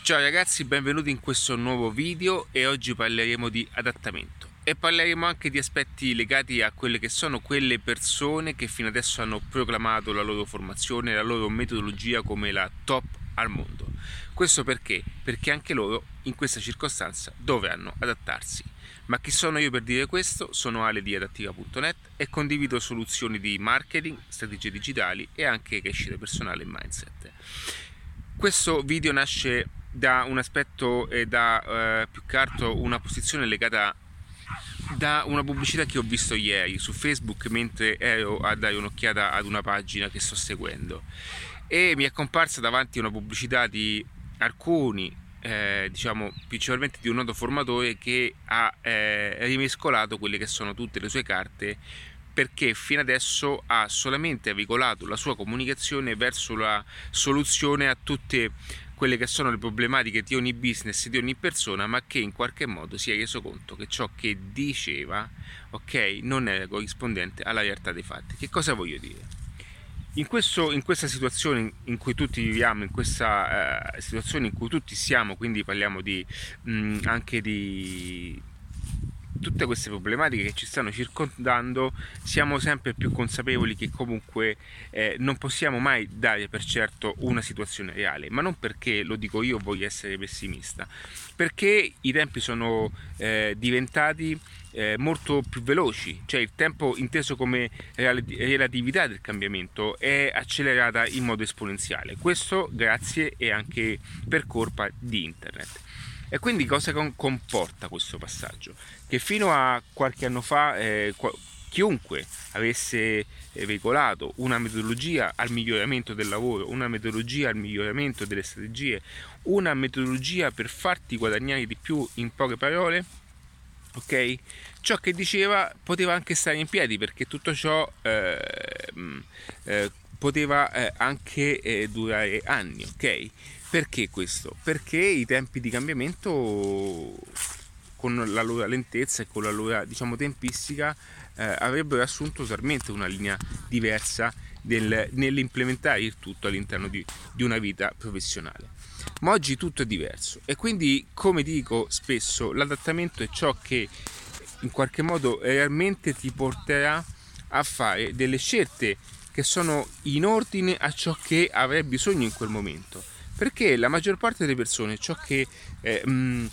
Ciao ragazzi, benvenuti in questo nuovo video e oggi parleremo di adattamento e parleremo anche di aspetti legati a quelle che sono quelle persone che fino adesso hanno proclamato la loro formazione, la loro metodologia come la top al mondo. Questo perché? Perché anche loro in questa circostanza dovranno adattarsi. Ma chi sono io per dire questo? Sono Ale di adattiva.net e condivido soluzioni di marketing, strategie digitali e anche crescita personale e mindset. Questo video nasce da un aspetto e da più che altro una posizione legata da una pubblicità che ho visto ieri su Facebook mentre ero a dare un'occhiata ad una pagina che sto seguendo e mi è comparsa davanti una pubblicità di alcuni principalmente di un noto formatore che ha rimescolato quelle che sono tutte le sue carte, perché fino adesso ha solamente veicolato la sua comunicazione verso la soluzione a tutte quelle che sono le problematiche di ogni business, di ogni persona, ma che in qualche modo si è reso conto che ciò che diceva, non era corrispondente alla realtà dei fatti. Che cosa voglio dire? In questa situazione in cui tutti viviamo, in questa situazione in cui tutti siamo, quindi parliamo anche di tutte queste problematiche che ci stanno circondando, siamo sempre più consapevoli che comunque non possiamo mai dare per certo una situazione reale, ma non perché lo dico io voglio essere pessimista, perché i tempi sono diventati molto più veloci, cioè il tempo inteso come relatività del cambiamento è accelerata in modo esponenziale, questo grazie e anche per colpa di internet. E quindi cosa comporta questo passaggio? Che fino a qualche anno fa chiunque avesse veicolato una metodologia al miglioramento del lavoro, una metodologia al miglioramento delle strategie, una metodologia per farti guadagnare di più, in poche parole, ciò che diceva poteva anche stare in piedi, perché tutto ciò poteva anche durare anni, Perché questo? Perché i tempi di cambiamento, con la loro lentezza e con la loro tempistica, avrebbero assunto usualmente una linea diversa nell'implementare il tutto all'interno di una vita professionale. Ma oggi tutto è diverso e quindi, come dico spesso, l'adattamento è ciò che in qualche modo realmente ti porterà a fare delle scelte che sono in ordine a ciò che avrai bisogno in quel momento. Perché la maggior parte delle persone ciò che non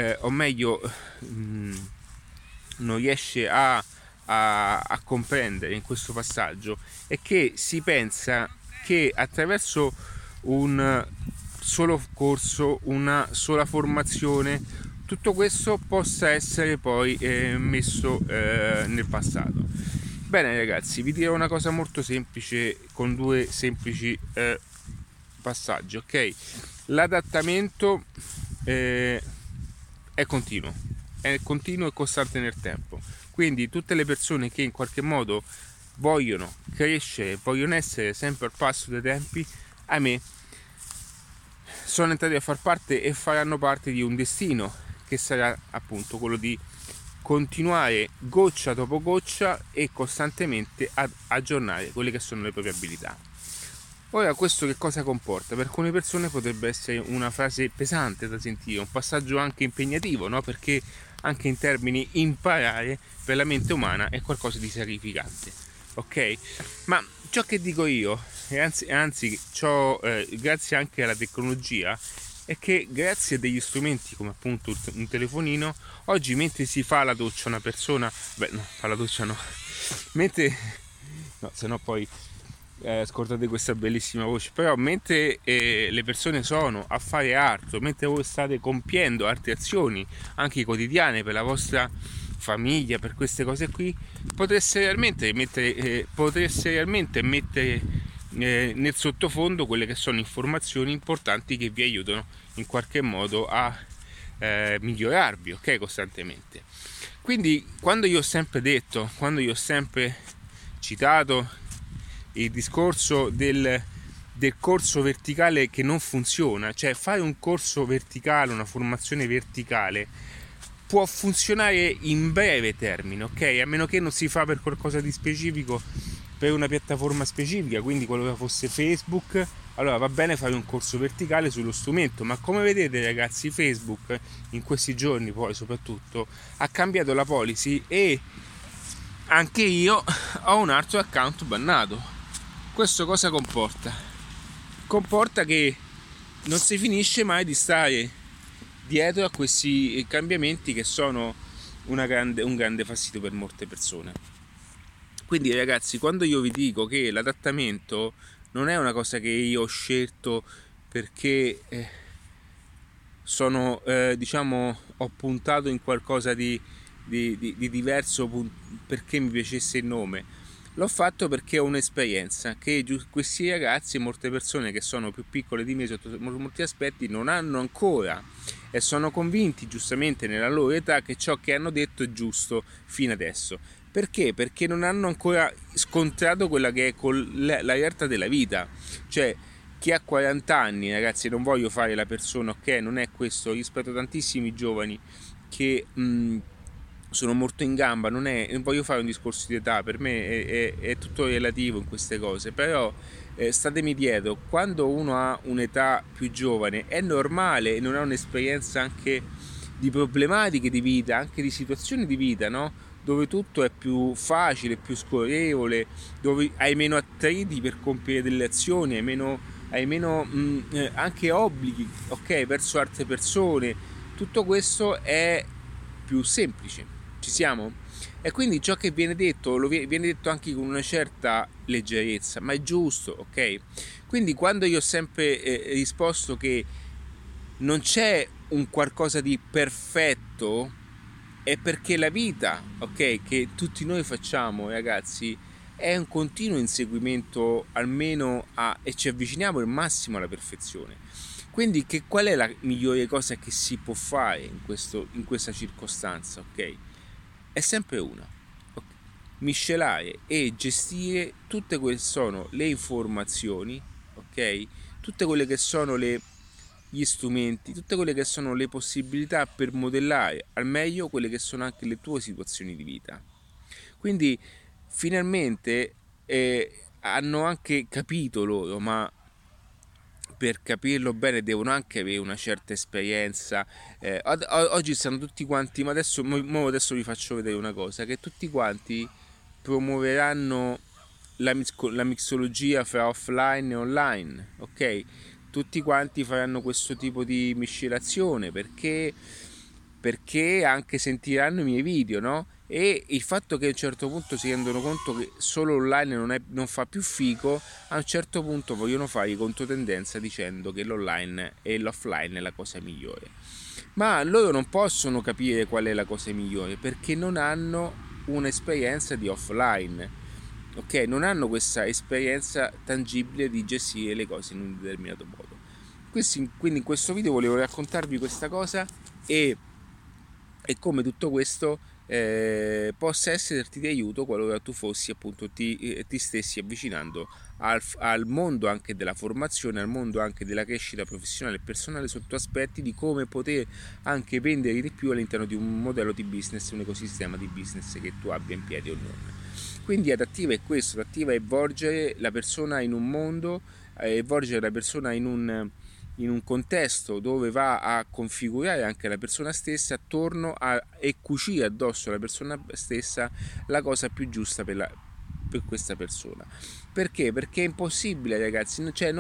riesce a comprendere in questo passaggio è che si pensa che attraverso un solo corso, una sola formazione, tutto questo possa essere poi messo nel passato. Bene ragazzi, vi dirò una cosa molto semplice con due semplici passaggi, L'adattamento è continuo e costante nel tempo, quindi tutte le persone che in qualche modo vogliono crescere, vogliono essere sempre al passo dei tempi, ahimè, sono entrati a far parte e faranno parte di un destino che sarà appunto quello di continuare goccia dopo goccia e costantemente ad aggiornare quelle che sono le proprie abilità. Ora, questo che cosa comporta? Per alcune persone potrebbe essere una frase pesante da sentire, un passaggio anche impegnativo, no? Perché anche in termini imparare per la mente umana è qualcosa di sacrificante, Ma ciò che dico io, anzi ciò grazie anche alla tecnologia, è che grazie a degli strumenti come appunto un telefonino, oggi mentre si fa la doccia una persona, sennò poi ascoltate questa bellissima voce, però mentre le persone sono a fare altro, mentre voi state compiendo altre azioni anche quotidiane per la vostra famiglia, per queste cose qui, potreste realmente mettere nel sottofondo quelle che sono informazioni importanti che vi aiutano in qualche modo a migliorarvi, costantemente. Quindi quando io ho sempre citato il discorso del corso verticale che non funziona, cioè fare un corso verticale, una formazione verticale può funzionare in breve termine, a meno che non si fa per qualcosa di specifico, per una piattaforma specifica, quindi qualora fosse Facebook allora va bene fare un corso verticale sullo strumento, ma come vedete ragazzi, Facebook in questi giorni poi soprattutto ha cambiato la policy e anche io ho un altro account bannato. Questo cosa comporta? Comporta che non si finisce mai di stare dietro a questi cambiamenti che sono un grande fastidio per molte persone. Quindi ragazzi, quando io vi dico che l'adattamento non è una cosa che io ho scelto perché ho puntato in qualcosa di diverso perché mi piacesse il nome, l'ho fatto perché ho un'esperienza che questi ragazzi e molte persone che sono più piccole di me sotto molti aspetti non hanno ancora e sono convinti giustamente nella loro età che ciò che hanno detto è giusto fino adesso. Perché? Perché non hanno ancora scontrato quella che è la realtà della vita. Cioè, chi ha 40 anni, ragazzi, non voglio fare la persona, ok? Non è questo, rispetto a tantissimi giovani che sono molto in gamba, non voglio fare un discorso di età, per me è tutto relativo in queste cose, però statemi dietro, quando uno ha un'età più giovane è normale e non ha un'esperienza anche di problematiche di vita, anche di situazioni di vita, no? Dove tutto è più facile, più scorrevole, dove hai meno attriti per compiere delle azioni, hai meno anche obblighi, ok, verso altre persone. Tutto questo è più semplice, ci siamo? E quindi ciò che viene detto viene detto anche con una certa leggerezza, ma è giusto, ok? Quindi quando io ho sempre risposto che non c'è un qualcosa di perfetto, è perché la vita, ok, che tutti noi facciamo, ragazzi, è un continuo inseguimento e ci avviciniamo al massimo alla perfezione. Quindi qual è la migliore cosa che si può fare in questa circostanza, ok? È sempre una. Okay? Miscelare e gestire tutte quelle che sono le informazioni, ok? Tutte quelle che sono gli strumenti, tutte quelle che sono le possibilità per modellare al meglio quelle che sono anche le tue situazioni di vita. Quindi finalmente hanno anche capito loro, ma per capirlo bene devono anche avere una certa esperienza. Oggi stanno tutti quanti, ma adesso vi faccio vedere una cosa, che tutti quanti promuoveranno la mixologia fra offline e online, ok? Tutti quanti faranno questo tipo di miscelazione perché anche sentiranno i miei video, no? E il fatto che a un certo punto si rendono conto che solo online non fa più figo, a un certo punto vogliono fare controtendenza dicendo che l'online e l'offline è la cosa migliore. Ma loro non possono capire qual è la cosa migliore perché non hanno un'esperienza di offline. Ok, non hanno questa esperienza tangibile di gestire le cose in un determinato modo. Quindi in questo video volevo raccontarvi questa cosa e come tutto questo possa esserti di aiuto qualora tu fossi appunto ti stessi avvicinando al mondo anche della formazione, al mondo anche della crescita professionale e personale sotto aspetti di come poter anche vendere di più all'interno di un modello di business, un ecosistema di business che tu abbia in piedi o non. Quindi adattiva è questo, adattiva è volgere la persona in un mondo, volgere la persona in un contesto dove va a configurare anche la persona stessa attorno e cucire addosso alla persona stessa la cosa più giusta per questa persona. Perché? Perché è impossibile, ragazzi, cioè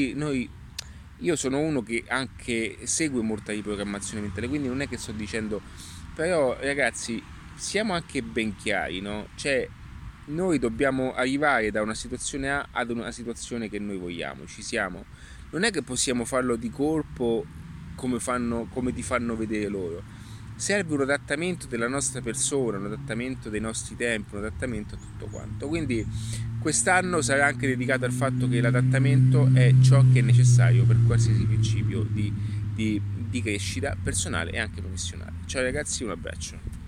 io sono uno che anche segue molta riprogrammazione mentale, quindi non è che sto dicendo, però ragazzi siamo anche ben chiari, no? Cioè noi dobbiamo arrivare da una situazione A ad una situazione che noi vogliamo, ci siamo. Non è che possiamo farlo di colpo come ti fanno vedere loro. Serve un adattamento della nostra persona, un adattamento dei nostri tempi, un adattamento a tutto quanto. Quindi quest'anno sarà anche dedicato al fatto che l'adattamento è ciò che è necessario per qualsiasi principio di crescita personale e anche professionale. Ciao ragazzi, un abbraccio.